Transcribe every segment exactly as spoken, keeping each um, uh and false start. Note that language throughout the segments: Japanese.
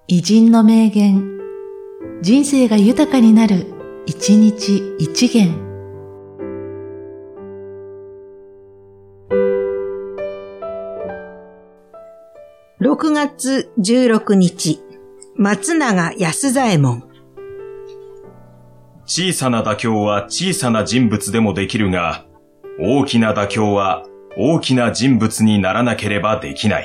偉人の名言、人生が豊かになる、一日一元。 ろくがつじゅうろくにち、松永安左衛門。 小さな妥協は小さな人物でもできるが、大きな妥協は大きな人物にならなければできない。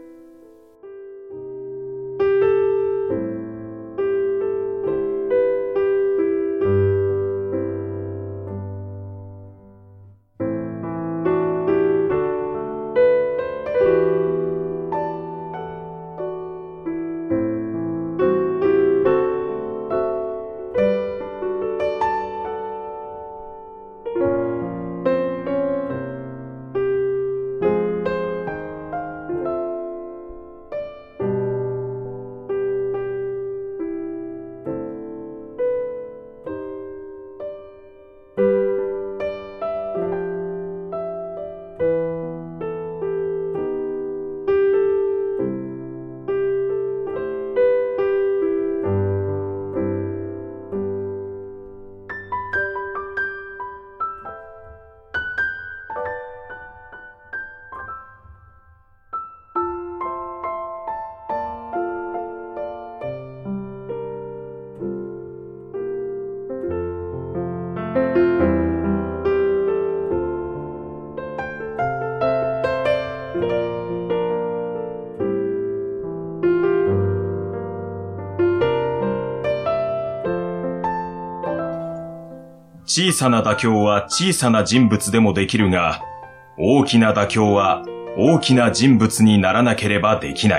小さな妥協は小さな人物でもできるが、大きな妥協は大きな人物にならなければできない。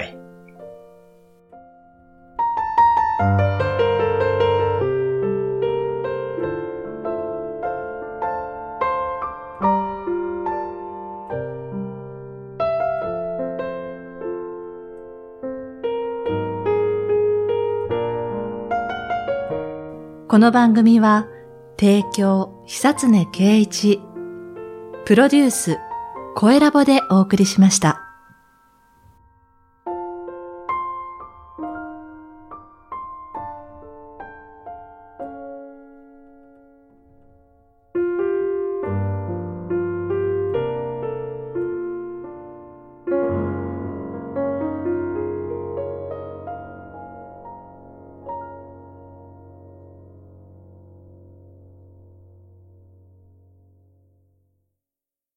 この番組は提供久常圭一、プロデュース声ラボでお送りしました。